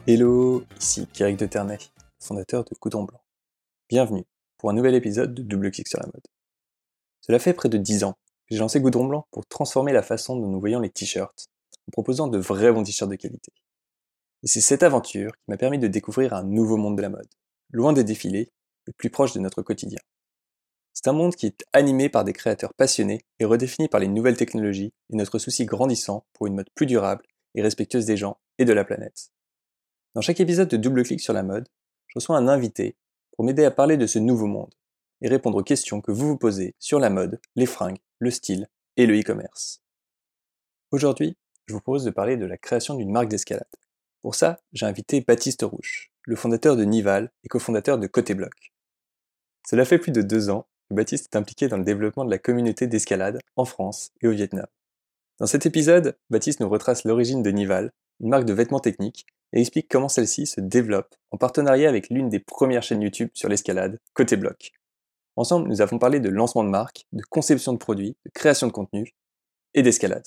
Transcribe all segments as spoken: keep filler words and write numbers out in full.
Hello, ici Kéric de Ternay, fondateur de Goudron Blanc. Bienvenue pour un nouvel épisode de Double Clic sur la mode. Cela fait près de dix ans que j'ai lancé Goudron Blanc pour transformer la façon dont nous voyons les t-shirts en proposant de vrais bons t-shirts de qualité. Et c'est cette aventure qui m'a permis de découvrir un nouveau monde de la mode, loin des défilés et plus proche de notre quotidien. C'est un monde qui est animé par des créateurs passionnés et redéfini par les nouvelles technologies et notre souci grandissant pour une mode plus durable et respectueuse des gens et de la planète. Dans chaque épisode de Double Clic sur la mode, je reçois un invité pour m'aider à parler de ce nouveau monde et répondre aux questions que vous vous posez sur la mode, les fringues, le style et le e-commerce. Aujourd'hui, je vous propose de parler de la création d'une marque d'escalade. Pour ça, j'ai invité Baptiste Rouche, le fondateur de Nival et cofondateur de Côté Bloc. Cela fait plus de deux ans que Baptiste est impliqué dans le développement de la communauté d'escalade en France et au Vietnam. Dans cet épisode, Baptiste nous retrace l'origine de Nival, une marque de vêtements techniques, et explique comment celle-ci se développe en partenariat avec l'une des premières chaînes YouTube sur l'escalade, Côté Bloc. Ensemble, nous avons parlé de lancement de marque, de conception de produits, de création de contenu et d'escalade.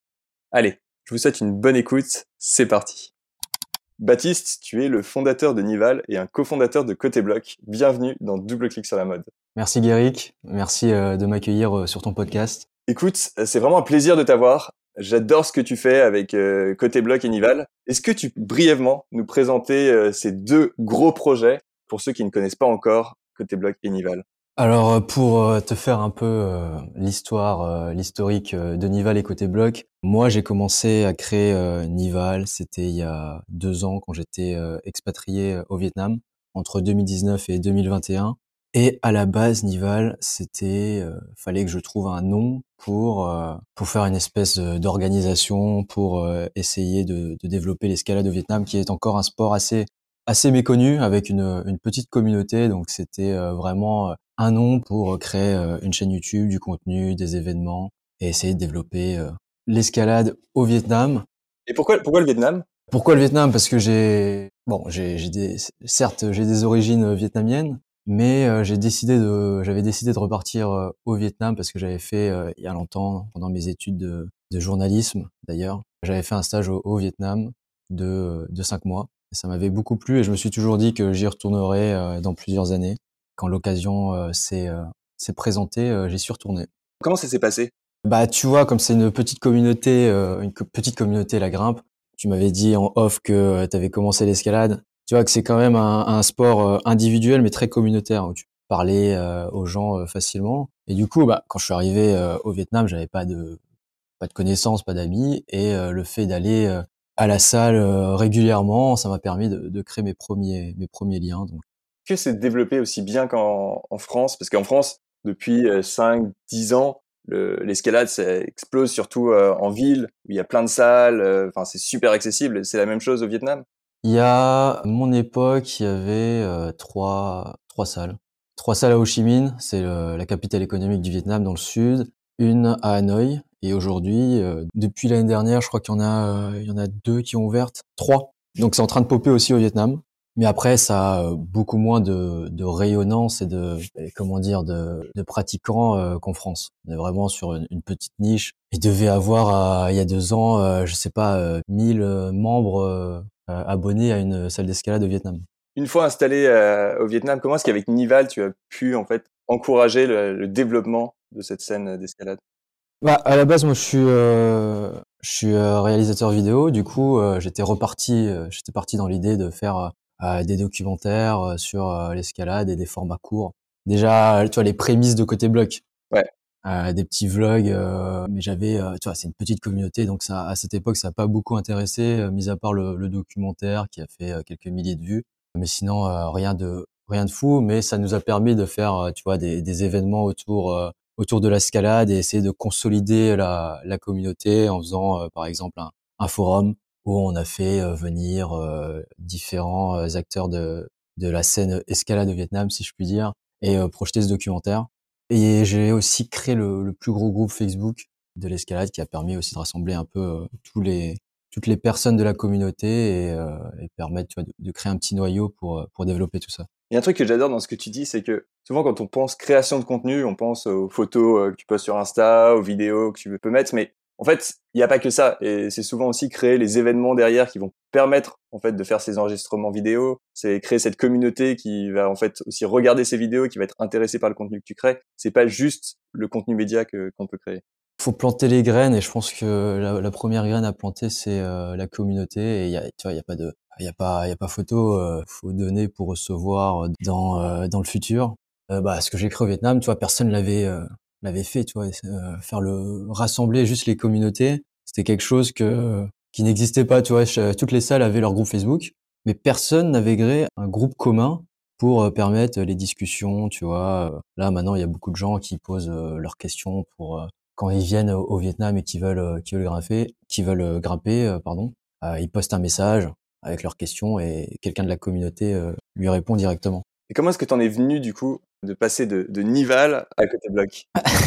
Allez, je vous souhaite une bonne écoute, c'est parti. Baptiste, tu es le fondateur de Nival et un cofondateur de Côté Bloc. Bienvenue dans Double Clic sur la mode. Merci Guéric, merci euh, de m'accueillir euh, sur ton podcast. Écoute, c'est vraiment un plaisir de t'avoir. J'adore ce que tu fais avec euh, Côté Bloc et Nival. Est-ce que tu peux brièvement nous présenter euh, ces deux gros projets pour ceux qui ne connaissent pas encore Côté Bloc et Nival? Alors euh, pour euh, te faire un peu euh, l'histoire, euh, l'historique euh, de Nival et Côté Bloc, moi j'ai commencé à créer euh, Nival, c'était il y a deux ans quand j'étais euh, expatrié euh, au Vietnam, entre deux mille dix-neuf et deux mille vingt et un. Et à la base, Nival, c'était, euh, fallait que je trouve un nom pour euh, pour faire une espèce euh, d'organisation pour euh, essayer de, de développer l'escalade au Vietnam, qui est encore un sport assez assez méconnu avec une une petite communauté. Donc c'était euh, vraiment un nom pour créer euh, une chaîne YouTube, du contenu, des événements et essayer de développer euh, l'escalade au Vietnam. Et pourquoi pourquoi le Vietnam? Pourquoi le Vietnam? Parce que j'ai bon, j'ai j'ai des certes j'ai des origines vietnamiennes. Mais euh, j'ai décidé de, j'avais décidé de repartir euh, au Vietnam parce que j'avais fait euh, il y a longtemps, pendant mes études de, de journalisme d'ailleurs, j'avais fait un stage au, au Vietnam de, de cinq mois. Et ça m'avait beaucoup plu et je me suis toujours dit que j'y retournerai euh, dans plusieurs années. Quand l'occasion euh, s'est, euh, s'est présentée, euh, j'y suis retourné. Comment ça s'est passé? Bah tu vois, comme c'est une petite communauté, euh, une co- petite communauté la grimpe, tu m'avais dit en off que tu avais commencé l'escalade. Tu vois que c'est quand même un, un sport euh, individuel mais très communautaire où tu peux parler euh, aux gens euh, facilement. Et du coup, bah quand je suis arrivé euh, au Vietnam, j'avais pas de pas de connaissances, pas d'amis, et euh, le fait d'aller euh, à la salle euh, régulièrement, ça m'a permis de, de créer mes premiers mes premiers liens. Donc Que c'est développé aussi bien qu'en en France? Parce qu'en France, depuis euh, cinq dix ans, le- l'escalade ça explose surtout euh, en ville où il y a plein de salles. euh, Enfin, c'est super accessible. C'est la même chose au Vietnam? il y a à mon époque, il y avait euh, trois trois salles. Trois salles à Ho Chi Minh, c'est le- la capitale économique du Vietnam dans le sud, une à Hanoï et aujourd'hui euh, depuis l'année dernière, je crois qu'il y en a euh, il y en a deux qui ont ouvertes, trois. Donc c'est en train de popper aussi au Vietnam. Mais après ça a euh, beaucoup moins de, de rayonnance et de et comment dire de, de pratiquants euh, qu'en France. On est vraiment sur une, une petite niche. Il devait avoir euh, il y a deux ans, euh, je sais pas, euh, mille euh, membres euh, euh, abonné à une salle d'escalade au Vietnam. Une fois installé euh, au Vietnam, comment est-ce qu'avec Nival, tu as pu en fait encourager le, le développement de cette scène d'escalade? Bah, à la base, moi, je suis, euh, je suis euh, réalisateur vidéo. Du coup, euh, j'étais reparti, euh, j'étais parti dans l'idée de faire euh, des documentaires euh, sur euh, l'escalade et des formats courts. Déjà, tu vois, les prémices de Côté Bloc, Ouais. euh, des petits vlogs. Euh, mais j'avais, euh, tu vois, c'est une petite communauté, donc ça, à cette époque, ça n'a pas beaucoup intéressé, euh, mis à part le, le documentaire qui a fait euh, quelques milliers de vues. Mais sinon, euh, rien de, rien de fou. Mais ça nous a permis de faire, euh, tu vois, des, des événements autour. Euh, autour de l'escalade et essayer de consolider la, la communauté en faisant, euh, par exemple, un, un forum où on a fait euh, venir euh, différents euh, acteurs de, de la scène escalade au Vietnam, si je puis dire, et euh, projeter ce documentaire. Et j'ai aussi créé le, le plus gros groupe Facebook de l'escalade qui a permis aussi de rassembler un peu euh, tous les toutes les personnes de la communauté et, euh, et permettre, tu vois, de, de créer un petit noyau pour pour développer tout ça. Il y a un truc que j'adore dans ce que tu dis, c'est que souvent quand on pense création de contenu, on pense aux photos euh, que tu postes sur Insta, aux vidéos que tu peux mettre, mais En fait, il n'y a pas que ça, et c'est souvent aussi créer les événements derrière qui vont permettre en fait de faire ces enregistrements vidéo. C'est créer cette communauté qui va en fait aussi regarder ces vidéos, qui va être intéressée par le contenu que tu crées. C'est pas juste le contenu média que qu'on peut créer. Faut planter les graines et je pense que la, la première graine à planter c'est euh, la communauté et il y a tu vois il y a pas de il y a pas il y a pas photo, euh, faut donner pour recevoir dans euh, dans le futur. Euh, bah ce que j'ai créé au Vietnam, tu vois, personne l'avait euh, l'avait fait, tu vois, euh, faire le rassembler juste les communautés, c'était quelque chose que qui n'existait pas, tu vois, Ch- toutes les salles avaient leur groupe Facebook, mais personne n'avait créé un groupe commun pour euh, permettre les discussions, tu vois. Là maintenant, il y a beaucoup de gens qui posent euh, leurs questions pour euh, quand ils viennent au, au Vietnam et qui veulent euh, qui veulent grimper, qui veulent euh, grimper, euh, pardon, euh, ils postent un message avec leurs questions et quelqu'un de la communauté euh, lui répond directement. Et comment est-ce que t'en es venu du coup de passer de, de Nival à Côté Bloc?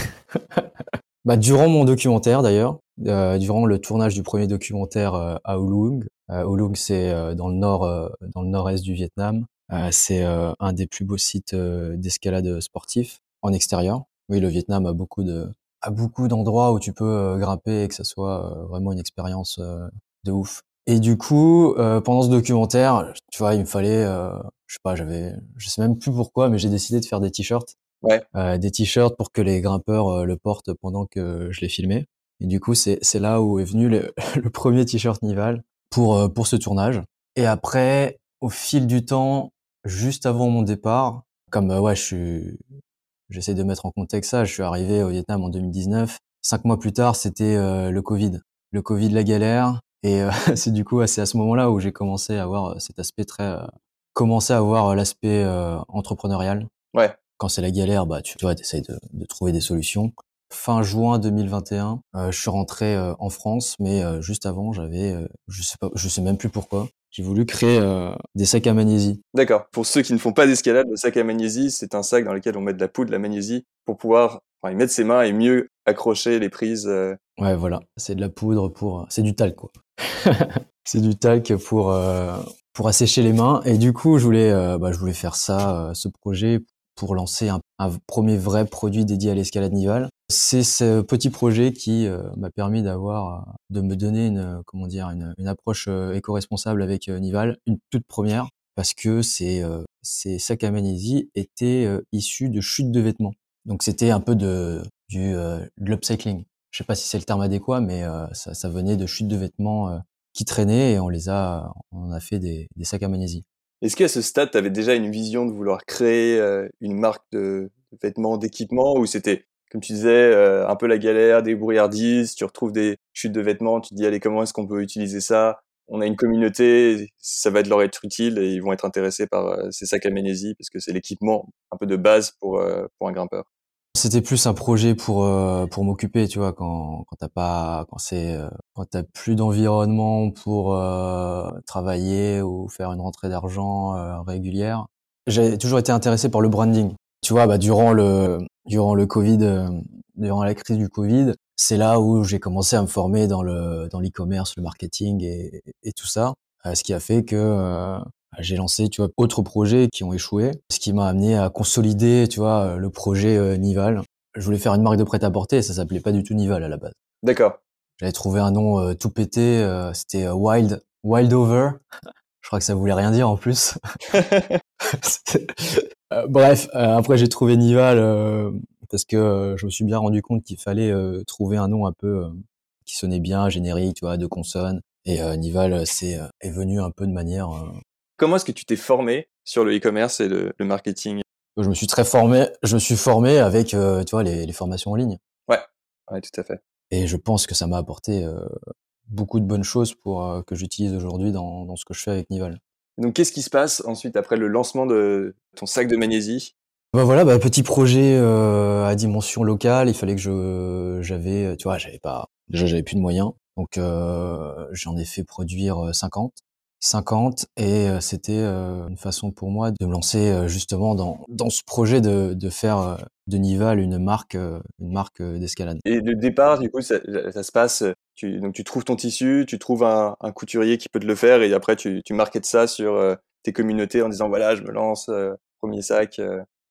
Bah durant mon documentaire d'ailleurs, euh, durant le tournage du premier documentaire euh, à Ulung, euh, Ulung c'est euh, dans le nord, euh, dans le nord-est du Vietnam. Euh, c'est euh, un des plus beaux sites euh, d'escalade sportif en extérieur. Oui, le Vietnam a beaucoup de a beaucoup d'endroits où tu peux euh, grimper et que ça soit euh, vraiment une expérience euh, de ouf. Et du coup, euh, pendant ce documentaire, tu vois, il me fallait, euh, je sais pas, j'avais, je sais même plus pourquoi, mais j'ai décidé de faire des t-shirts Ouais. euh, des t-shirts pour que les grimpeurs euh, le portent pendant que je les filmais. Et du coup, c'est c'est là où est venu le, le premier t-shirt Nival pour euh, pour ce tournage. Et après, au fil du temps, juste avant mon départ, comme euh, ouais, je suis, j'essaie de mettre en contexte ça, je suis arrivé au Vietnam en deux mille dix-neuf. Cinq mois plus tard, c'était euh, le Covid, le Covid, la galère. Et euh, c'est du coup, c'est à ce moment-là où j'ai commencé à avoir cet aspect très, euh, commencé à avoir l'aspect euh, entrepreneurial. Ouais. Quand c'est la galère, bah tu, tu vois, t'essayes de, de trouver des solutions. Fin juin deux mille vingt et un, euh, je suis rentré euh, en France, mais euh, juste avant, j'avais, euh, je sais pas, je sais même plus pourquoi, j'ai voulu créer euh, des sacs à magnésie. D'accord. Pour ceux qui ne font pas d'escalade, le sac à magnésie, c'est un sac dans lequel on met de la poudre, de la magnésie, pour pouvoir enfin, y mettre ses mains et mieux accrocher les prises. euh. Ouais, voilà, c'est de la poudre pour, c'est du talc quoi. C'est du talc pour euh, pour assécher les mains. Et du coup, je voulais, euh, bah, je voulais faire ça, euh, ce projet, pour lancer un, un premier vrai produit dédié à l'escalade nivale. C'est ce petit projet qui euh, m'a permis d'avoir, euh, de me donner une, euh, comment dire, une, une approche euh, éco-responsable avec euh, Nival, une toute première, parce que ces euh, ces sacs à magnésie étaient euh, issus de chutes de vêtements. Donc c'était un peu de du euh, de l'upcycling. Je sais pas si c'est le terme adéquat, mais euh, ça, ça venait de chutes de vêtements euh, qui traînaient et on les a, on a fait des, des sacs à magnésie. Est-ce qu'à ce stade, tu avais déjà une vision de vouloir créer euh, une marque de, de vêtements, d'équipements, ou c'était, comme tu disais, euh, un peu la galère, des brouillardises, tu retrouves des chutes de vêtements, tu te dis, allez, comment est-ce qu'on peut utiliser ça? On a une communauté, ça va de leur être utile et ils vont être intéressés par euh, ces sacs à magnésie parce que c'est l'équipement un peu de base pour, euh, pour un grimpeur. C'était plus un projet pour euh, pour m'occuper, tu vois, quand quand t'as pas, quand c'est, euh, quand t'as plus d'environnement pour euh, travailler ou faire une rentrée d'argent euh, régulière. J'ai toujours été intéressé par le branding. Tu vois, bah durant le durant le Covid, euh, durant la crise du Covid, c'est là où j'ai commencé à me former dans le dans l'e-commerce, le marketing et et tout ça. Euh, ce qui a fait que euh, j'ai lancé, tu vois, d'autres projets qui ont échoué, ce qui m'a amené à consolider, tu vois, le projet euh, Nival. Je voulais faire une marque de prêt-à-porter, et ça s'appelait pas du tout Nival à la base. D'accord. J'avais trouvé un nom euh, tout pété, euh, c'était euh, Wild, Wild Over. Je crois que ça voulait rien dire en plus. Euh, bref, euh, après j'ai trouvé Nival euh, parce que euh, je me suis bien rendu compte qu'il fallait euh, trouver un nom un peu euh, qui sonnait bien, générique, tu vois, de consonnes. Et euh, Nival, c'est euh, est venu un peu de manière. Euh, Comment est-ce que tu t'es formé sur le e-commerce et le, le marketing? je me suis très formé, je me suis formé avec, euh, tu vois, les, les formations en ligne. Ouais, ouais, tout à fait. Et je pense que ça m'a apporté euh, beaucoup de bonnes choses pour euh, que j'utilise aujourd'hui dans, dans ce que je fais avec Nival. Donc, qu'est-ce qui se passe ensuite après le lancement de ton sac de magnésie? Bah voilà, bah petit projet euh, à dimension locale. Il fallait que je, j'avais, tu vois, j'avais pas, déjà j'avais plus de moyens, donc euh, j'en ai fait produire euh, cinquante, cinquante, et euh, c'était euh, une façon pour moi de me lancer euh, justement dans dans ce projet de de faire euh, de Nival une marque, euh, une marque euh, d'escalade. Et le départ, du coup, ça, ça se passe, tu, donc tu trouves ton tissu, tu trouves un, un couturier qui peut te le faire et après tu, tu marketes ça sur euh, tes communautés en disant voilà, je me lance, euh, premier sac. euh.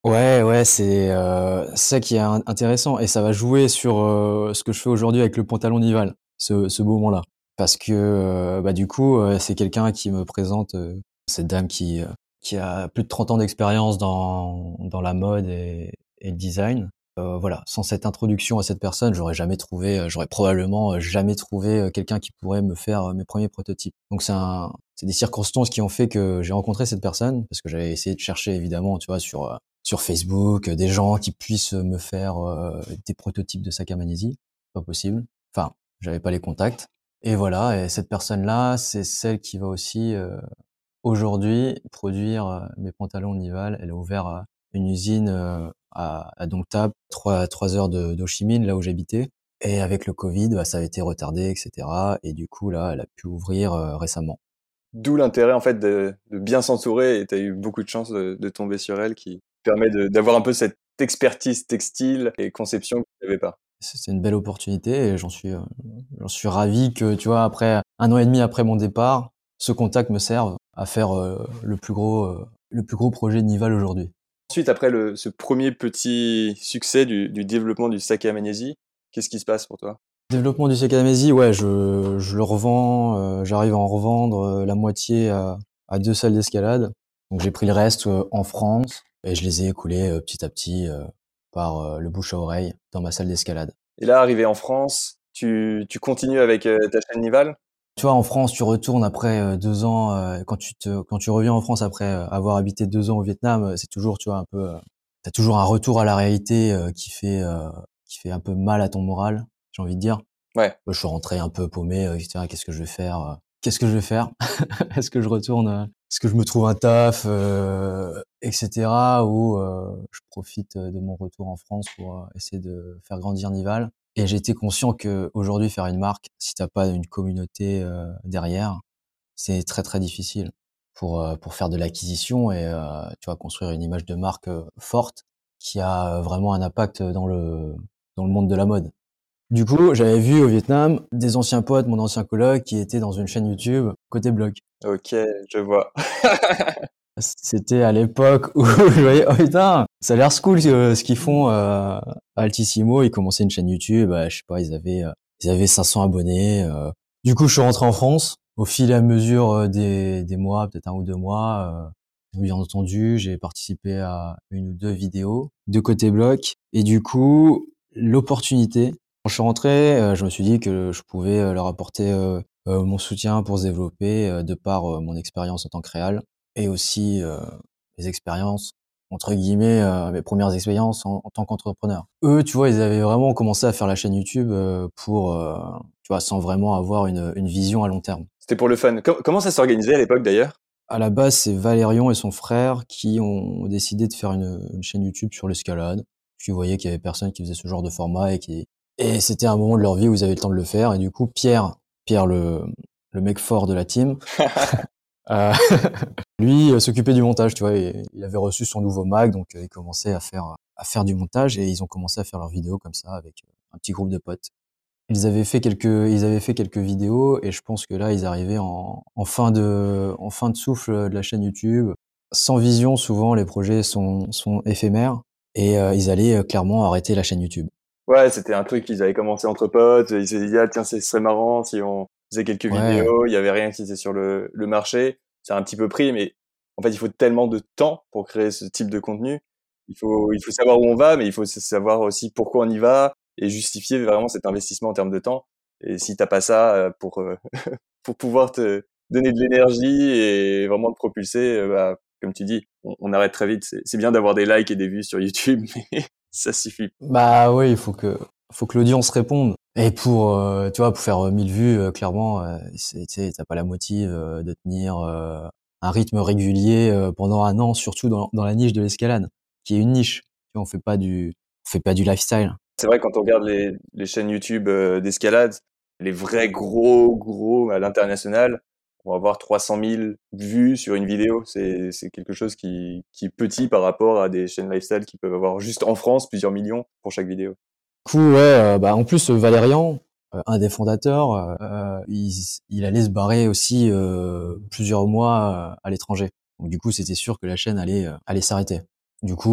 Ouais, ouais, c'est euh, c'est ça qui est in- intéressant et ça va jouer sur euh, ce que je fais aujourd'hui avec le pantalon Nival, ce, ce moment-là. Parce que euh, bah du coup, euh, c'est quelqu'un qui me présente euh, cette dame qui euh, qui a plus de trente ans d'expérience dans dans la mode et, et le design. Euh, voilà, sans cette introduction à cette personne, j'aurais jamais trouvé, euh, j'aurais probablement euh, jamais trouvé euh, quelqu'un qui pourrait me faire euh, mes premiers prototypes. Donc c'est un, c'est des circonstances qui ont fait que j'ai rencontré cette personne parce que j'avais essayé de chercher évidemment, tu vois, sur euh, sur Facebook, euh, des gens qui puissent me faire euh, des prototypes de sac à Magnésie. Pas possible. Enfin, j'avais pas les contacts. Et voilà, et cette personne-là, c'est celle qui va aussi euh, aujourd'hui produire euh, mes pantalons Nival. Elle a ouvert euh, une usine euh, à, à Dongtap, trois trois heures de d'Ho Chi Minh, là où j'habitais. Et avec le Covid, bah, ça a été retardé, et cetera. Et du coup, là, elle a pu ouvrir euh, récemment. D'où l'intérêt en fait de, de bien s'entourer et tu as eu beaucoup de chance de, de tomber sur elle qui permet de- d'avoir un peu cette expertise textile et conception que tu n'avais pas. C'est une belle opportunité et j'en suis, euh, j'en suis ravi que, tu vois, après un an et demi après mon départ, ce contact me serve à faire euh, le plus gros, euh, le plus gros projet Nival aujourd'hui. Ensuite, après le, ce premier petit succès du, du développement du saké à magnésie, qu'est-ce qui se passe pour toi? Développement du Sekadamezi, ouais, je, je le revends, euh, j'arrive à en revendre euh, la moitié à, à deux salles d'escalade. Donc j'ai pris le reste euh, en France et je les ai écoulés euh, petit à petit euh, par euh, le bouche à oreille dans ma salle d'escalade. Et là, arrivé en France, tu, tu continues avec euh, ta chaîne Nival? Tu vois, en France, tu retournes après euh, deux ans. Euh, quand tu te, quand tu reviens en France après euh, avoir habité deux ans au Vietnam, euh, c'est toujours, tu vois, un peu, euh, t'as toujours un retour à la réalité euh, qui fait, euh, qui fait un peu mal à ton moral, j'ai envie de dire. Ouais. Moi, je suis rentré un peu paumé, euh, et cetera. Qu'est-ce que je vais faire euh, Qu'est-ce que je vais faire Est-ce que je retourne euh, Est-ce que je me trouve un taf, euh, et cetera. Ou euh, je profite euh, de mon retour en France pour euh, essayer de faire grandir Nival. Et j'ai été conscient que aujourd'hui, faire une marque, si t'as pas une communauté euh, derrière, c'est très très difficile pour euh, pour faire de l'acquisition et euh, tu vois construire une image de marque euh, forte qui a euh, vraiment un impact dans le dans le monde de la mode. Du coup, j'avais vu au Vietnam des anciens potes, mon ancien coloc, qui était dans une chaîne YouTube côté blog. Ok, je vois. C'était à l'époque où je voyais, oh putain, ça a l'air cool euh, ce qu'ils font euh, à Altissimo. Ils commençaient une chaîne YouTube, euh, je sais pas, ils avaient euh, ils avaient cinq cents abonnés. euh. Du coup, je suis rentré en France. Au fil et à mesure euh, des, des mois, peut-être un ou deux mois, euh, bien entendu, j'ai participé à une ou deux vidéos de côté blog. Et du coup, l'opportunité, quand je suis rentré, euh, je me suis dit que je pouvais euh, leur apporter euh, euh, mon soutien pour se développer euh, de par euh, mon expérience en tant que réal et aussi euh, mes expériences entre guillemets euh, mes premières expériences en, en tant qu'entrepreneur. Eux, tu vois, ils avaient vraiment commencé à faire la chaîne YouTube euh, pour euh, tu vois, sans vraiment avoir une, une vision à long terme. C'était pour le fun. Com- comment ça s'organisait à l'époque d'ailleurs? À la base, c'est Valérian et son frère qui ont décidé de faire une, une chaîne YouTube sur l'escalade. Puis ils voyaient qu'il y avait personne qui faisait ce genre de format et qui et c'était un moment de leur vie où ils avaient le temps de le faire. Et du coup, Pierre, Pierre le le mec fort de la team, euh, lui euh, s'occupait du montage, tu vois. Et il avait reçu son nouveau Mac, donc euh, il commençait à faire à faire du montage et ils ont commencé à faire leurs vidéos comme ça avec euh, un petit groupe de potes. Ils avaient fait quelques, ils avaient fait quelques vidéos et je pense que là, ils arrivaient en, en fin de, en fin de souffle de la chaîne YouTube. Sans vision, souvent, les projets sont, sont éphémères et euh, ils allaient euh, clairement arrêter la chaîne YouTube. Ouais, c'était un truc qu'ils avaient commencé entre potes. Ils se disaient, ah tiens, ce serait marrant si on faisait quelques Ouais, vidéos. Il y avait rien qui était sur le, le marché. C'est un petit peu pris, mais en fait, il faut tellement de temps pour créer ce type de contenu. Il faut, il faut savoir où on va, mais il faut savoir aussi pourquoi on y va et justifier vraiment cet investissement en termes de temps. Et si t'as pas ça euh, pour, euh, pour pouvoir te donner de l'énergie et vraiment te propulser, euh, bah, comme tu dis, on, on arrête très vite. C'est c'est bien d'avoir des likes et des vues sur YouTube, mais ça suffit. bah oui, il faut que, faut que l'audience réponde. Et pour, euh, tu vois, pour faire euh, mille vues, euh, clairement, euh, c'est- tu sais, t'as pas la motive euh, de tenir euh, un rythme régulier euh, pendant un an, surtout dans, dans la niche de l'escalade, qui est une niche. Tu vois, on fait pas du, on fait pas du lifestyle. C'est vrai, quand on regarde les, les chaînes YouTube euh, d'escalade, les vrais gros, gros à l'international, on va avoir trois cent mille vues sur une vidéo. C'est, c'est quelque chose qui, qui est petit par rapport à des chaînes lifestyle qui peuvent avoir juste en France plusieurs millions pour chaque vidéo. Du coup, ouais, euh, bah en plus euh, Valérian, euh, un des fondateurs, euh, euh, il, il allait se barrer aussi euh, plusieurs mois euh, à l'étranger. Donc du coup, c'était sûr que la chaîne allait euh, allait s'arrêter. Du coup,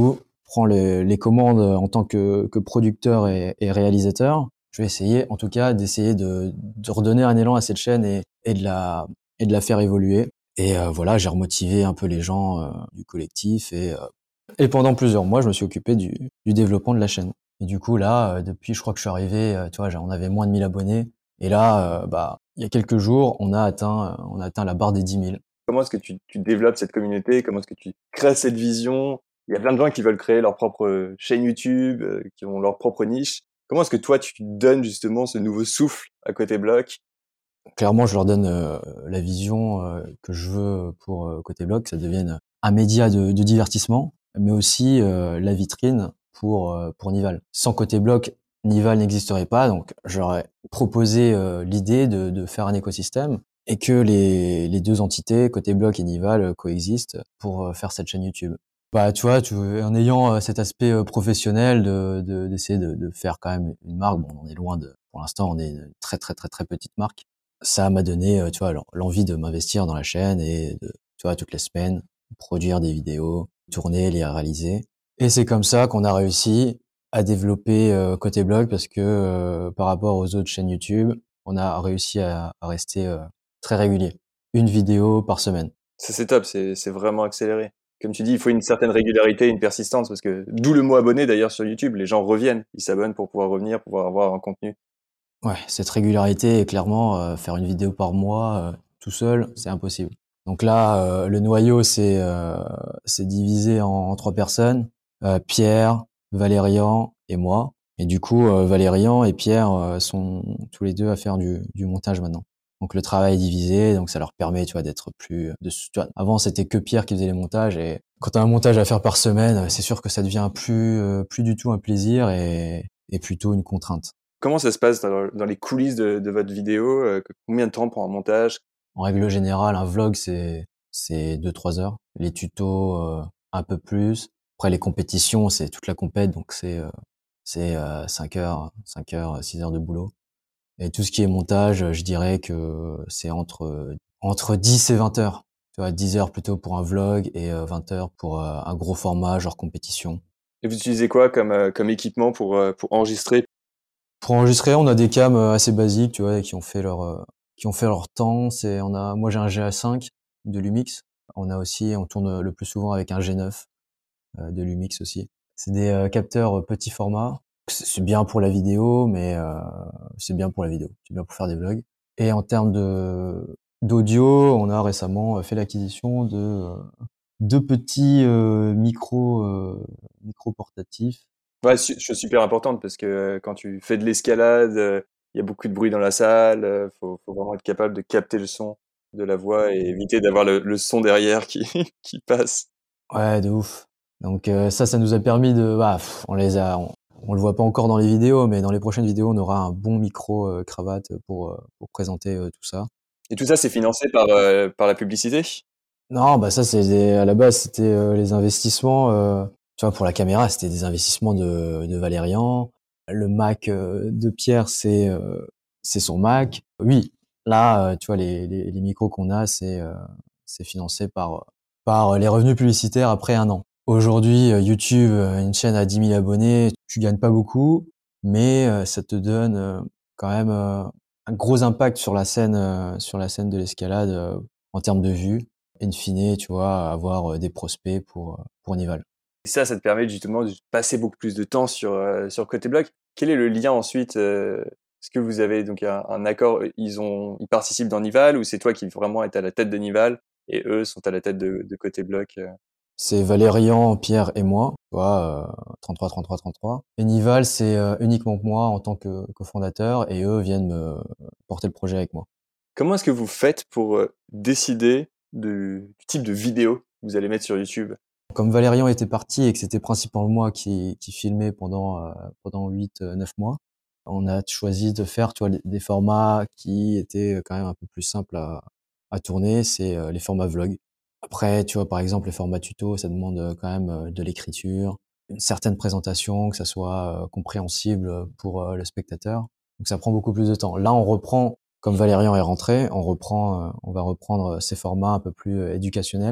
prends les, les commandes en tant que, que producteur et, et réalisateur. Je vais essayer, en tout cas, d'essayer de, de redonner un élan à cette chaîne et, et de la et de la faire évoluer. Et euh, voilà, j'ai remotivé un peu les gens euh, du collectif et euh, et pendant plusieurs mois, je me suis occupé du, du développement de la chaîne. Et du coup là, euh, depuis, je crois que je suis arrivé, euh, tu vois, on avait moins de mille abonnés. Et là, euh, bah, il y a quelques jours, on a atteint, euh, on a atteint la barre des dix mille. Comment est-ce que tu, tu développes cette communauté? Comment est-ce que tu crées cette vision? Il y a plein de gens qui veulent créer leur propre euh, chaîne YouTube, euh, qui ont leur propre niche. Comment est-ce que toi, tu donnes justement ce nouveau souffle à Côté Bloc? Clairement, je leur donne euh, la vision euh, que je veux pour euh, Côté Blog, que ça devienne un média de, de divertissement, mais aussi euh, la vitrine pour euh, pour Nival. Sans Côté Blog, Nival n'existerait pas, donc j'aurais proposé euh, l'idée de, de faire un écosystème et que les, les deux entités, Côté Blog et Nival, euh, coexistent pour euh, faire cette chaîne YouTube. Bah, tu vois, tu, en ayant euh, cet aspect euh, professionnel, de, de, d'essayer de, de faire quand même une marque. Bon, on est loin de, pour l'instant, on est une très très très très petite marque. Ça m'a donné, euh, tu vois, l'envie de m'investir dans la chaîne et de, tu vois, toutes les semaines, produire des vidéos, tourner, les réaliser. Et c'est comme ça qu'on a réussi à développer euh, Côté Blog parce que euh, par rapport aux autres chaînes YouTube, on a réussi à, à rester euh, très régulier. Une vidéo par semaine. Ça, c'est top, c'est, c'est vraiment accéléré. Comme tu dis, il faut une certaine régularité, une persistance, parce que d'où le mot abonné d'ailleurs sur YouTube. Les gens reviennent, ils s'abonnent pour pouvoir revenir, pour pouvoir avoir un contenu. Ouais, cette régularité, clairement, euh, faire une vidéo par mois euh, tout seul, c'est impossible. Donc là, euh, le noyau, c'est euh, c'est divisé en, en trois personnes, euh, Pierre, Valérian et moi. Et du coup, euh, Valérian et Pierre euh, sont tous les deux à faire du, du montage maintenant. Donc le travail est divisé, donc ça leur permet, tu vois, d'être plus. De, tu vois, avant, c'était que Pierre qui faisait les montages, et quand t'as un montage à faire par semaine, c'est sûr que ça devient plus euh, plus du tout un plaisir et, et plutôt une contrainte. Comment ça se passe dans, dans les coulisses de, de votre vidéo? euh, Combien de temps prend un montage? En règle générale, un vlog, c'est c'est deux trois heures. Les tutos, euh, un peu plus. Après, les compétitions, c'est toute la compète, donc c'est euh, c'est euh, cinq heures, cinq heures, six heures de boulot. Et tout ce qui est montage, je dirais que c'est entre entre dix et vingt heures. Tu vois, dix heures plutôt pour un vlog et euh, vingt heures pour euh, un gros format, genre compétition. Et vous utilisez quoi comme, euh, comme équipement pour, euh, pour enregistrer? Pour enregistrer, on a des cams euh, assez basiques, tu vois, qui ont fait leur euh, qui ont fait leur temps. C'est on a, moi j'ai un G A cinq de Lumix. On a aussi, on tourne le plus souvent avec un G neuf euh, de Lumix aussi. C'est des euh, capteurs euh, petit format. C'est c'est bien pour la vidéo, mais euh, c'est bien pour la vidéo. C'est bien pour faire des vlogs. Et en termes de d'audio, on a récemment fait l'acquisition de euh, deux petits euh, micros euh, micros portatifs. Ouais, su- chose super importante parce que euh, quand tu fais de l'escalade, euh, il y a beaucoup de bruit dans la salle. euh, faut, faut vraiment être capable de capter le son de la voix et éviter d'avoir le, le son derrière qui, qui passe. Ouais, de ouf. Donc euh, ça, ça nous a permis de, bah, pff, on les a, on, on le voit pas encore dans les vidéos, mais dans les prochaines vidéos, on aura un bon micro euh, cravate pour euh, pour présenter euh, tout ça. Et tout ça, c'est financé par, euh, par la publicité. Non, bah ça, c'est des- à la base, c'était euh, les investissements. Euh, tu vois, pour la caméra, c'était des investissements de de Valérian. Le Mac euh, de Pierre, c'est euh, c'est son Mac. Oui, là, euh, tu vois, les les, les micros qu'on a, c'est euh, c'est financé par par les revenus publicitaires après un an. Aujourd'hui, euh, YouTube, euh, une chaîne à dix mille abonnés, tu gagnes pas beaucoup, mais euh, ça te donne euh, quand même euh, un gros impact sur la scène, euh, sur la scène de l'escalade euh, en termes de vues. In fine, tu vois, avoir euh, des prospects pour euh, pour Nival. Et ça, ça te permet justement de passer beaucoup plus de temps sur, euh, sur Côté Bloc. Quel est le lien ensuite? euh, Est-ce que vous avez donc un, un accord? Ils ont, ils participent dans Nival ou c'est toi qui vraiment est à la tête de Nival et eux sont à la tête de, de Côté Bloc? euh C'est Valérian, Pierre et moi, tu vois, euh, trente-trois, trente-trois, trente-trois. Et Nival, c'est euh, uniquement moi en tant que cofondateur, et eux viennent me porter le projet avec moi. Comment est-ce que vous faites pour euh, décider de- du type de vidéo que vous allez mettre sur YouTube? Comme Valérian était parti et que c'était principalement moi qui, qui filmait pendant euh, pendant huit neuf mois, on a choisi de faire, tu vois, des des formats qui étaient quand même un peu plus simples à, à tourner, c'est euh, les formats vlog. Après, tu vois, par exemple, les formats tuto, ça demande euh, quand même euh, de l'écriture, une certaine présentation, que ça soit euh, compréhensible pour euh, le spectateur. Donc ça prend beaucoup plus de temps. Là, on reprend, comme Valérian est rentré, on reprend, euh, on va reprendre ces formats un peu plus euh, éducationnels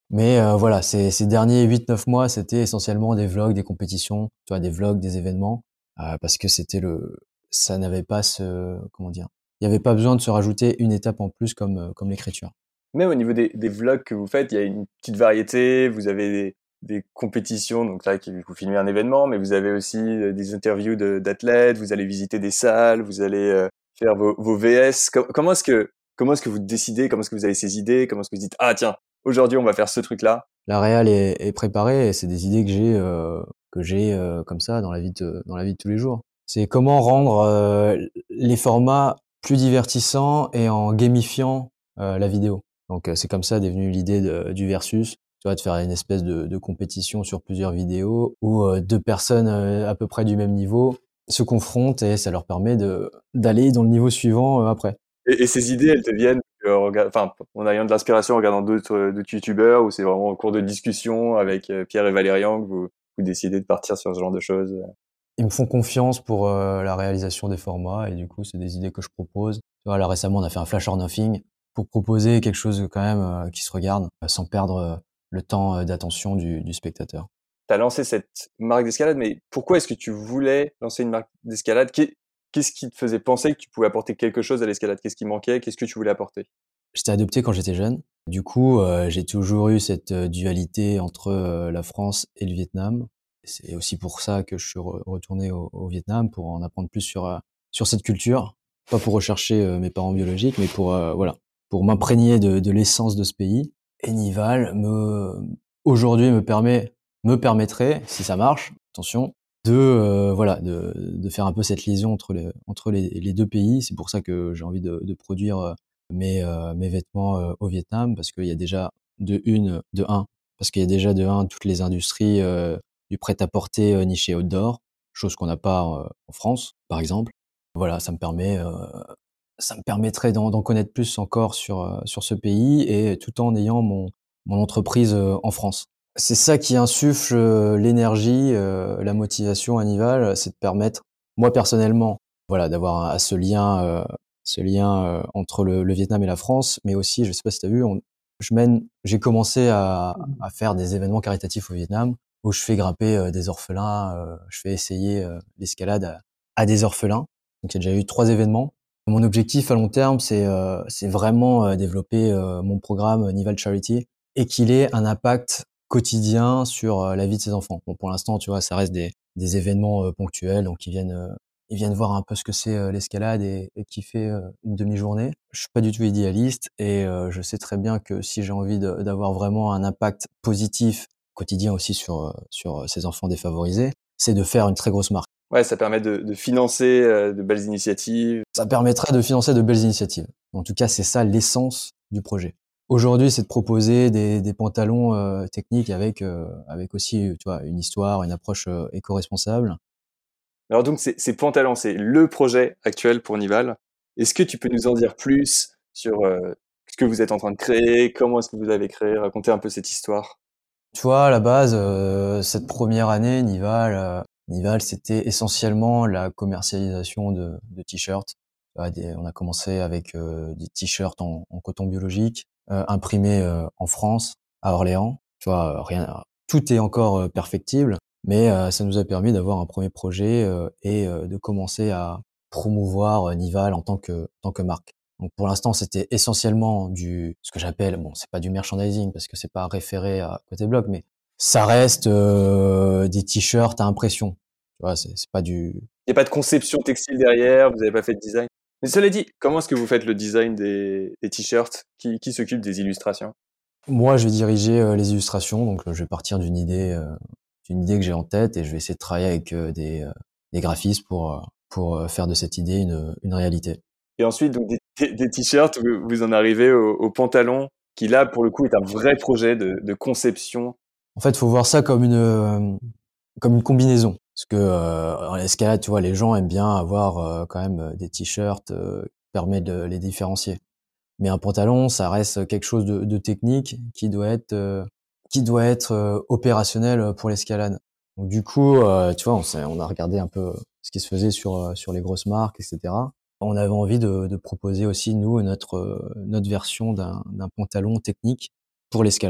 Mais euh, voilà, ces, ces derniers huit neuf mois, c'était essentiellement des vlogs, des compétitions, tu vois, des vlogs, des événements, euh, parce que c'était le, ça n'avait pas ce, comment dire, il n'y avait pas besoin de se rajouter une étape en plus comme euh, comme l'écriture. Même au niveau des, des vlogs que vous faites, il y a une petite variété. Vous avez des, des compétitions, donc là, qui- vous filmez un événement, mais vous avez aussi euh, des interviews de- d'athlètes. Vous allez visiter des salles, vous allez euh, faire vos, vos V S. Com- comment est-ce que comment est-ce que vous décidez? Comment est-ce que vous avez ces idées? Comment est-ce que vous dites ah tiens, aujourd'hui on va faire ce truc-là? La réal est, est préparée et c'est des idées que j'ai euh, que j'ai euh, comme ça dans la vie de dans la vie de tous les jours. C'est comment rendre euh, les formats plus divertissants et en gamifiant euh, la vidéo. Donc euh, c'est comme ça est devenue l'idée de- du versus, tu vois, de faire une espèce de, de compétition sur plusieurs vidéos où euh, deux personnes euh, à peu près du même niveau se confrontent et ça leur permet de d'aller dans le niveau suivant euh, après. Et, et ces idées, elles te viennent euh, en rega- enfin, en ayant de l'inspiration en regardant d'autres euh, d'autres youtubeurs ou c'est vraiment en cours de discussion avec euh, Pierre et Valérian que vous, vous décidez de partir sur ce genre de choses? Ils me font confiance pour euh, la réalisation des formats et du coup, c'est des idées que je propose. Tu vois, là récemment, on a fait un Flash or Nothing pour proposer quelque chose quand même euh, qui se regarde euh, sans perdre euh, le temps euh, d'attention du, du spectateur. Tu as lancé cette marque d'escalade, mais pourquoi est-ce que tu voulais lancer une marque d'escalade? Qu'est- Qu'est-ce qui te faisait penser que tu pouvais apporter quelque chose à l'escalade? Qu'est-ce qui manquait? Qu'est-ce que tu voulais apporter? J'étais adopté quand j'étais jeune. Du coup, euh, j'ai toujours eu cette euh, dualité entre euh, la France et le Vietnam. C'est aussi pour ça que je suis re- retourné au, au Vietnam pour en apprendre plus sur euh, sur cette culture, pas pour rechercher euh, mes parents biologiques, mais pour euh, voilà, pour m'imprégner de, de l'essence de ce pays. Et Nival me aujourd'hui me permet me permettrait, si ça marche, attention, de euh, voilà de, de faire un peu cette liaison entre les entre les, les deux pays. C'est pour ça que j'ai envie de, de produire euh, mes, euh, mes vêtements euh, au Vietnam parce qu'il y a déjà de une, de un, parce qu'il y a déjà de un toutes les industries euh, du prêt-à-porter euh, niché outdoor, chose qu'on n'a pas euh, en France, par exemple. Voilà, ça me permet, euh, ça me permettrait d'en, d'en connaître plus encore sur euh, sur ce pays et tout en ayant mon mon entreprise euh, en France. C'est ça qui insuffle euh, l'énergie, euh, la motivation à Nival, c'est de permettre, moi personnellement, voilà, d'avoir un- ce lien, euh, ce lien euh, entre le, le Vietnam et la France, mais aussi, je sais pas si tu as vu, on, je mène, j'ai commencé à, à faire des événements caritatifs au Vietnam où je fais grimper euh, des orphelins, euh, je fais essayer euh, l'escalade à, à des orphelins. Donc il y a déjà eu trois événements. Mon objectif à long terme, c'est euh, c'est vraiment euh, développer euh, mon programme Nival Charity et qu'il ait un impact quotidien sur euh, la vie de ses enfants. Bon, pour l'instant, tu vois, ça reste des, des événements euh, ponctuels, donc ils viennent, euh, ils viennent voir un peu ce que c'est euh, l'escalade et, et kiffer euh, une demi-journée. Je suis pas du tout idéaliste et euh, je sais très bien que si j'ai envie de- d'avoir vraiment un impact positif quotidien aussi sur euh, sur ces enfants défavorisés, c'est de faire une très grosse marque. Ouais, ça permet de, de financer euh, de belles initiatives. Ça permettrait de financer de belles initiatives. En tout cas, c'est ça l'essence du projet. Aujourd'hui, c'est de proposer des, des pantalons euh, techniques avec euh, avec aussi, tu vois, une histoire, une approche euh, éco-responsable. Alors donc, ces, ces pantalons, c'est le projet actuel pour Nival. Est-ce que tu peux nous en dire plus sur euh, ce que vous êtes en train de créer? Comment est-ce que vous avez créé? Racontez un peu cette histoire. Tu vois, à la base, euh, cette première année, Nival, euh, Nival, c'était essentiellement la commercialisation de, de t-shirts. Tu vois, des- on a commencé avec euh, des t-shirts en, en coton biologique, euh, imprimés euh, en France, à Orléans. Tu vois, euh, rien, tout est encore euh, perfectible, mais euh, ça nous a permis d'avoir un premier projet euh, et euh, de commencer à promouvoir euh, Nival en tant que, en tant que marque. Donc pour l'instant, c'était essentiellement du ce que j'appelle, bon, c'est pas du merchandising parce que c'est pas référé à côté blog, mais ça reste euh, des t-shirts à impression. Tu vois, c'est c'est pas du. Il n'y a pas de conception textile derrière, vous n'avez pas fait de design. Mais cela dit, comment est-ce que vous faites le design des, des t-shirts? Qui, qui s'occupe des illustrations? Moi, je vais diriger euh, les illustrations, donc euh, je vais partir d'une idée, euh, d'une idée que j'ai en tête et je vais essayer de travailler avec euh, des euh, des graphistes pour euh, pour euh, faire de cette idée une une réalité. Et ensuite, donc des, des- des t-shirts, vous, vous en arrivez au, au pantalon, qui là, pour le coup, est un vrai projet de, de conception. En fait, faut voir ça comme une euh, comme une combinaison. Parce que euh, en escalade, tu vois, les gens aiment bien avoir euh, quand même euh, des t-shirts euh, qui permettent de les différencier. Mais un pantalon, ça reste quelque chose de, de technique qui doit être euh, qui doit être euh, opérationnel pour l'escalade. Donc du coup, euh, tu vois, on, s'est- on a regardé un peu ce qui se faisait sur euh, sur les grosses marques, et cetera. On avait envie de, de proposer aussi nous notre euh, notre version d'un d'un pantalon technique pour l'escalade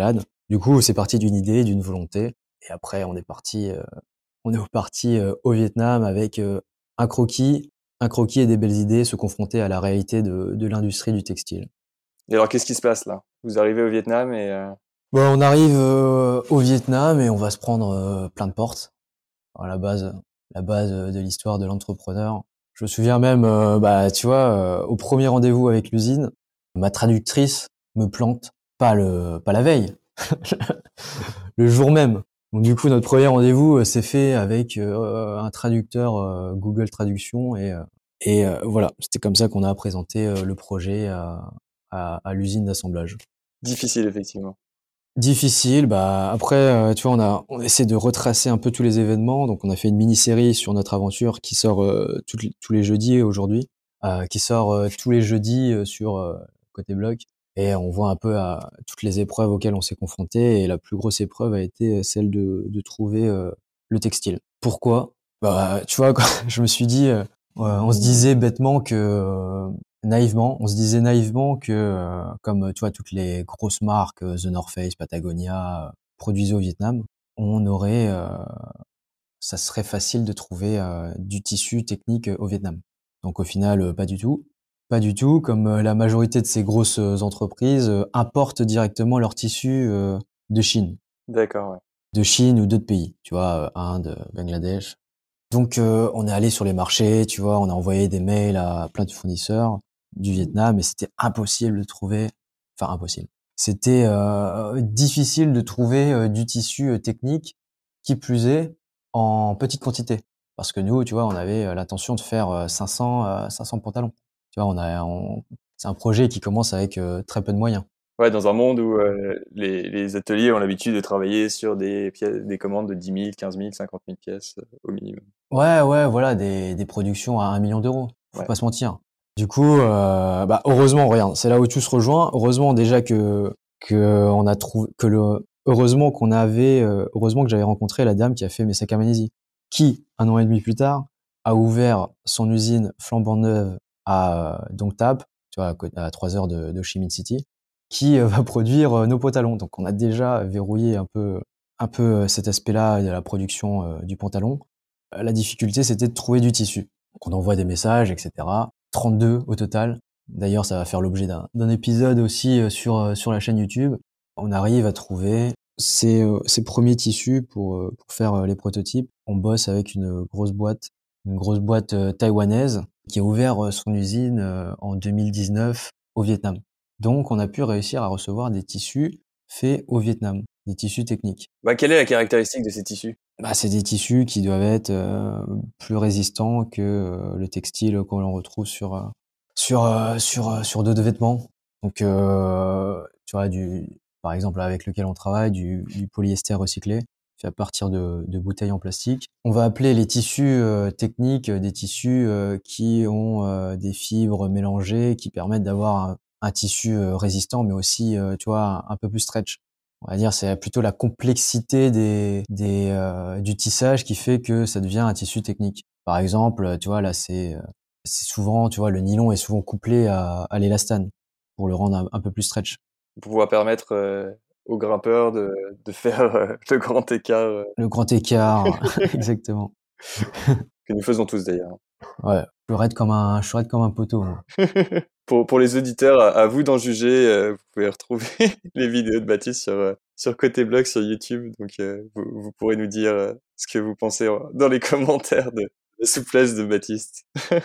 Du coup, c'est parti d'une idée, d'une volonté. Et après, on est parti, euh, on est parti euh, au Vietnam avec euh, un croquis, un croquis et des belles idées, se confronter à la réalité de, de l'industrie du textile. Et alors, qu'est-ce qui se passe là? Vous arrivez au Vietnam et euh, Bon, on arrive euh, au Vietnam et on va se prendre euh, plein de portes. Alors, la base, la base de l'histoire de l'entrepreneur. Je me souviens même, euh, bah, tu vois, euh, au premier rendez-vous avec l'usine, ma traductrice me plante, pas le, pas la veille, le jour même. Donc du coup, notre premier rendez-vous euh, s'est fait avec euh, un traducteur euh, Google Traduction et euh, et euh, voilà, c'était comme ça qu'on a présenté euh, le projet à, à, à l'usine d'assemblage. difficile effectivement. Difficile, bah après, euh, tu vois, on a on essaie de retracer un peu tous les événements, donc on a fait une mini-série sur notre aventure qui sort euh, toutes les- tous les jeudis aujourd'hui, euh, qui sort euh, tous les jeudis euh, sur euh, Côté Blog, et on voit un peu à toutes les épreuves auxquelles on s'est confronté, et la plus grosse épreuve a été celle de, de trouver euh, le textile. Pourquoi? Bah, tu vois, quand je me suis dit, euh, ouais, on se disait bêtement que euh, naïvement, on se disait naïvement que, euh, comme tu vois, toutes les grosses marques, euh, The North Face, Patagonia, euh, produisaient au Vietnam, on aurait, euh, ça serait facile de trouver euh, du tissu technique euh, au Vietnam. Donc au final, euh, pas du tout. Pas du tout, comme euh, la majorité de ces grosses euh, entreprises euh, importent directement leur tissu euh, de Chine, D'accord, ouais. de Chine ou d'autres pays, tu vois, euh, Inde, Bangladesh. Donc euh, on est allé sur les marchés, tu vois, on a envoyé des mails à plein de fournisseurs du Vietnam et c'était impossible de trouver, enfin impossible. C'était euh, difficile de trouver euh, du tissu euh, technique, qui plus est en petite quantité. Parce que nous, tu vois, on avait euh, l'intention de faire euh, cinq cents, euh, cinq cents pantalons. Tu vois, on a, on- c'est un projet qui commence avec euh, très peu de moyens. Ouais, dans un monde où euh, les, les ateliers ont l'habitude de travailler sur des pièces, des commandes de dix mille, quinze mille, cinquante mille pièces euh, au minimum. Ouais, ouais, voilà, des, des productions à un million d'euros. Faut Ouais. pas se mentir. Du coup, euh, bah, heureusement, regarde, c'est là où tout se rejoint. Heureusement déjà que, que on a trouvé, que le, heureusement qu'on avait, euh, heureusement que j'avais rencontré la dame qui a fait mes sacs à Malaisie, qui, un an et demi plus tard, a ouvert son usine flambant neuve à euh, Dong Tap, tu vois, à, cô- à trois heures de, de Ho Chi Minh City, qui euh, va produire euh, nos pantalons. Donc, on a déjà verrouillé un peu, un peu euh, cet aspect-là de la production euh, du pantalon. Euh, La difficulté, c'était de trouver du tissu. Donc, on envoie des messages, et cetera. trente-deux au total. D'ailleurs, ça va faire l'objet d'un d'un épisode aussi euh, sur, euh, sur la chaîne YouTube. On arrive à trouver ces, euh, ces premiers tissus pour, euh, pour faire euh, les prototypes. On bosse avec une grosse boîte, une grosse boîte euh, taïwanaise qui a ouvert euh, son usine euh, en deux mille dix-neuf au Vietnam. Donc, on a pu réussir à recevoir des tissus faits au Vietnam, des tissus techniques. Bah, quelle est la caractéristique de ces tissus? Bah, c'est des tissus qui doivent être euh, plus résistants que euh, le textile qu'on l'on retrouve sur euh, sur euh, sur euh, sur d'autres vêtements. Donc euh, tu vois du par exemple avec lequel on travaille du, du polyester recyclé fait à partir de, de bouteilles en plastique. On va appeler les tissus euh, techniques euh, des tissus euh, qui ont euh, des fibres mélangées qui permettent d'avoir un, un tissu euh, résistant mais aussi euh, tu vois un, un peu plus stretch. On va dire c'est plutôt la complexité des, des euh, du tissage qui fait que ça devient un tissu technique. Par exemple, tu vois là c'est euh, c'est souvent tu vois le nylon est souvent couplé à, à l'élastane pour le rendre un, un peu plus stretch. Pour pouvoir permettre euh, aux grimpeurs de, de faire euh, le grand écart euh, Le grand écart, exactement. que nous faisons tous d'ailleurs. Ouais, je raide comme un je raide comme un poteau, moi. Pour, pour les auditeurs, à, à vous d'en juger. Euh, vous pouvez retrouver les vidéos de Baptiste sur, euh, sur Côté Blog sur YouTube. Donc, euh, vous, vous pourrez nous dire euh, ce que vous pensez euh, dans les commentaires de la souplesse de Baptiste.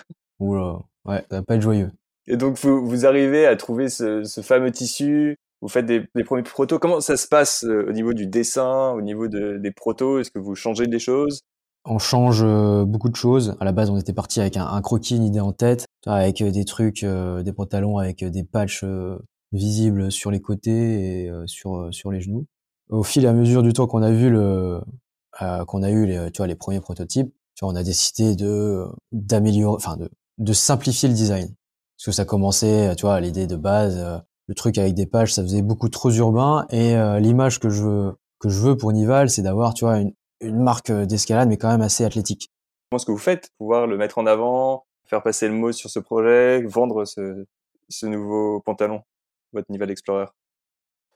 Oula, ouais, ça va pas être joyeux. Et donc, vous, vous arrivez à trouver ce, ce fameux tissu. Vous faites des, des premiers protos. Comment ça se passe euh, au niveau du dessin, au niveau de, des protos? Est-ce que vous changez des choses? On change euh, beaucoup de choses. À la base, on était parti avec un, un croquis, une idée en tête, avec euh, des trucs, euh, des pantalons avec euh, des patchs euh, visibles sur les côtés et euh, sur euh, sur les genoux. Au fil et à mesure du temps qu'on a vu le euh, qu'on a eu les, tu vois, les premiers prototypes, tu vois, on a décidé de d'améliorer, enfin de de simplifier le design. Parce que ça commençait, tu vois, l'idée de base, euh, le truc avec des pages, ça faisait beaucoup trop urbain et euh, l'image que je veux que je veux pour Nival, c'est d'avoir, tu vois, une une marque euh, d'escalade, mais quand même assez athlétique. Comment est-ce que vous faites? Pouvoir le mettre en avant, faire passer le mot sur ce projet, vendre ce, ce nouveau pantalon, votre Nival Explorer.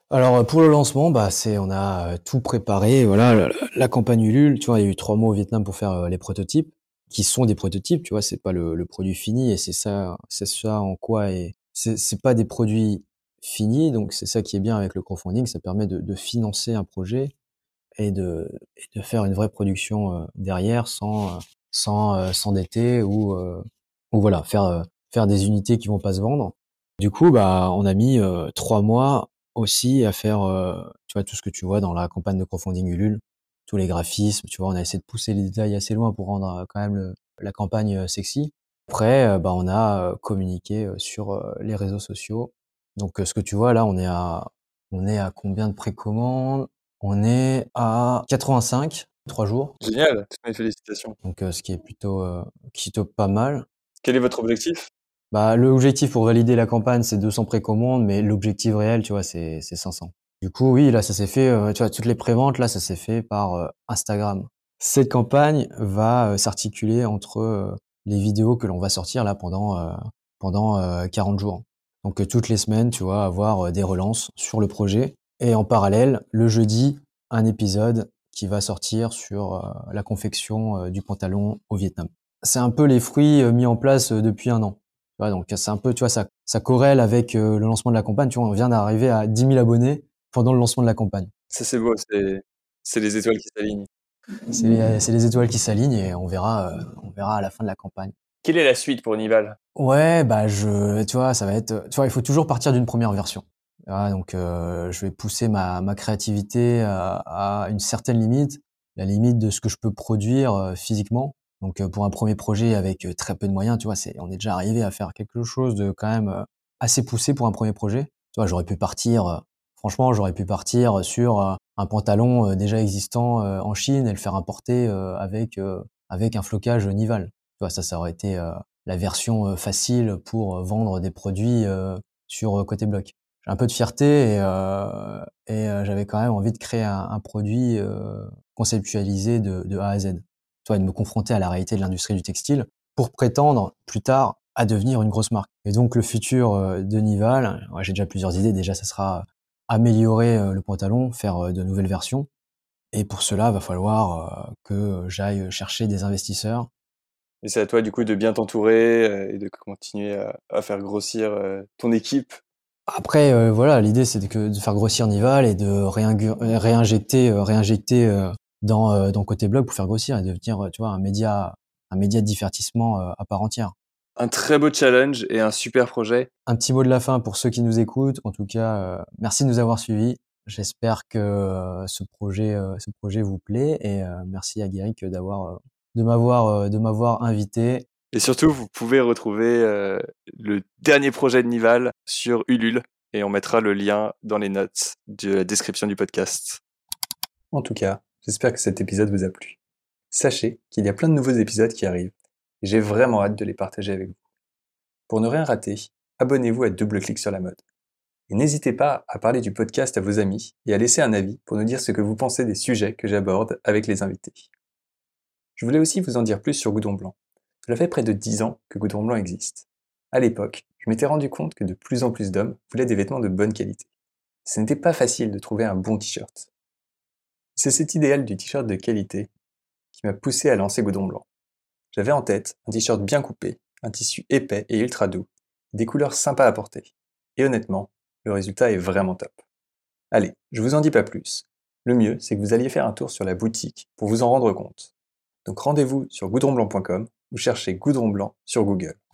Alors pour le lancement, bah c'est on a euh, tout préparé. Voilà, la, la campagne Ulule, tu vois, il y a eu trois mois au Vietnam pour faire euh, les prototypes, qui sont des prototypes, tu vois, c'est pas le, le produit fini et c'est ça, c'est ça en quoi et c'est c'est pas des produits finis, donc c'est ça qui est bien avec le crowdfunding, ça permet de, de financer un projet et de, et de faire une vraie production euh, derrière sans euh, sans euh, s'endetter ou euh, ou voilà faire euh, faire des unités qui vont pas se vendre. Du coup, bah on a mis euh, trois mois aussi à faire euh, tu vois tout ce que tu vois dans la campagne de crowdfunding Ulule, tous les graphismes, tu vois, on a essayé de pousser les détails assez loin pour rendre euh, quand même le- la campagne euh, sexy. Après, euh, bah on a euh, communiqué euh, sur euh, les réseaux sociaux. Donc euh, ce que tu vois là, on est à on est à combien de précommandes? On est à quatre-vingt-cinq, trois jours, Génial, toutes mes félicitations. donc euh, ce qui est plutôt, euh, plutôt pas mal. Quel est votre objectif? Bah, l'objectif pour valider la campagne, c'est deux cents précommandes, mais l'objectif réel, tu vois, c'est c'est cinq cents. Du coup, oui, là, ça s'est fait, euh, tu vois, toutes les préventes, là, ça s'est fait par euh, Instagram. Cette campagne va euh, s'articuler entre euh, les vidéos que l'on va sortir là pendant euh, pendant euh, quarante jours. Donc euh, toutes les semaines, tu vois, avoir euh, des relances sur le projet et en parallèle, le jeudi, un épisode qui va sortir sur euh, la confection euh, du pantalon au Vietnam. C'est un peu les fruits euh, mis en place euh, depuis un an. Tu vois, donc c'est un peu, tu vois, ça, ça corrèle avec euh, le lancement de la campagne. Tu vois, on vient d'arriver à dix mille abonnés pendant le lancement de la campagne. Ça, c'est beau, c'est c'est les étoiles qui s'alignent. C'est les, c'est les étoiles qui s'alignent et on verra, euh, on verra à la fin de la campagne. Quelle est la suite pour Nival? Ouais, bah je, tu vois, ça va être, tu vois, il faut toujours partir d'une première version. Voilà, donc euh, je vais pousser ma, ma créativité à, à une certaine limite, la limite de ce que je peux produire euh, physiquement. Donc euh, pour un premier projet avec euh, très peu de moyens, tu vois, c'est, on est déjà arrivé à faire quelque chose de quand même euh, assez poussé pour un premier projet. Tu vois, j'aurais pu partir, euh, franchement, j'aurais pu partir sur euh, un pantalon euh, déjà existant euh, en Chine et le faire importer euh, avec euh, avec un flocage Nival. Tu vois, ça, ça aurait été euh, la version euh, facile pour euh, vendre des produits euh, sur euh, Côté Bloc. J'ai un peu de fierté et, euh, et euh, j'avais quand même envie de créer un, un produit euh, conceptualisé de, de A à Z. Tu vois, et de me confronter à la réalité de l'industrie du textile pour prétendre plus tard à devenir une grosse marque. Et donc le futur euh, de Nival, ouais, j'ai déjà plusieurs idées. Déjà, ça sera améliorer euh, le pantalon, faire euh, de nouvelles versions. Et pour cela, va falloir euh, que j'aille chercher des investisseurs. Et c'est à toi, du coup, de bien t'entourer euh, et de continuer à, à faire grossir euh, ton équipe. Après, euh, voilà, l'idée c'est de, de faire grossir Nival et de réingu- réinjecter, euh, réinjecter euh, dans euh, dans Côté Blog pour faire grossir et devenir, euh, tu vois, un média, un média de divertissement euh, à part entière. Un très beau challenge et un super projet. Un petit mot de la fin pour ceux qui nous écoutent. En tout cas, euh, merci de nous avoir suivis. J'espère que euh, ce projet, euh, ce projet vous plaît et euh, merci à Guéric d'avoir, euh, de m'avoir, euh, de m'avoir invité. Et surtout, vous pouvez retrouver euh, le dernier projet de Nival sur Ulule et on mettra le lien dans les notes de la description du podcast. En tout cas, j'espère que cet épisode vous a plu. Sachez qu'il y a plein de nouveaux épisodes qui arrivent et j'ai vraiment hâte de les partager avec vous. Pour ne rien rater, abonnez-vous à Double Clic sur la mode. Et n'hésitez pas à parler du podcast à vos amis et à laisser un avis pour nous dire ce que vous pensez des sujets que j'aborde avec les invités. Je voulais aussi vous en dire plus sur Goudron Blanc. Cela fait près de dix ans que Goudron Blanc existe. À l'époque, je m'étais rendu compte que de plus en plus d'hommes voulaient des vêtements de bonne qualité. Ce n'était pas facile de trouver un bon t-shirt. C'est cet idéal du t-shirt de qualité qui m'a poussé à lancer Goudron Blanc. J'avais en tête un t-shirt bien coupé, un tissu épais et ultra doux, des couleurs sympas à porter. Et honnêtement, le résultat est vraiment top. Allez, je vous en dis pas plus. Le mieux, c'est que vous alliez faire un tour sur la boutique pour vous en rendre compte. Donc rendez-vous sur goudron blanc point com ou cherchez Goudron Blanc sur Google.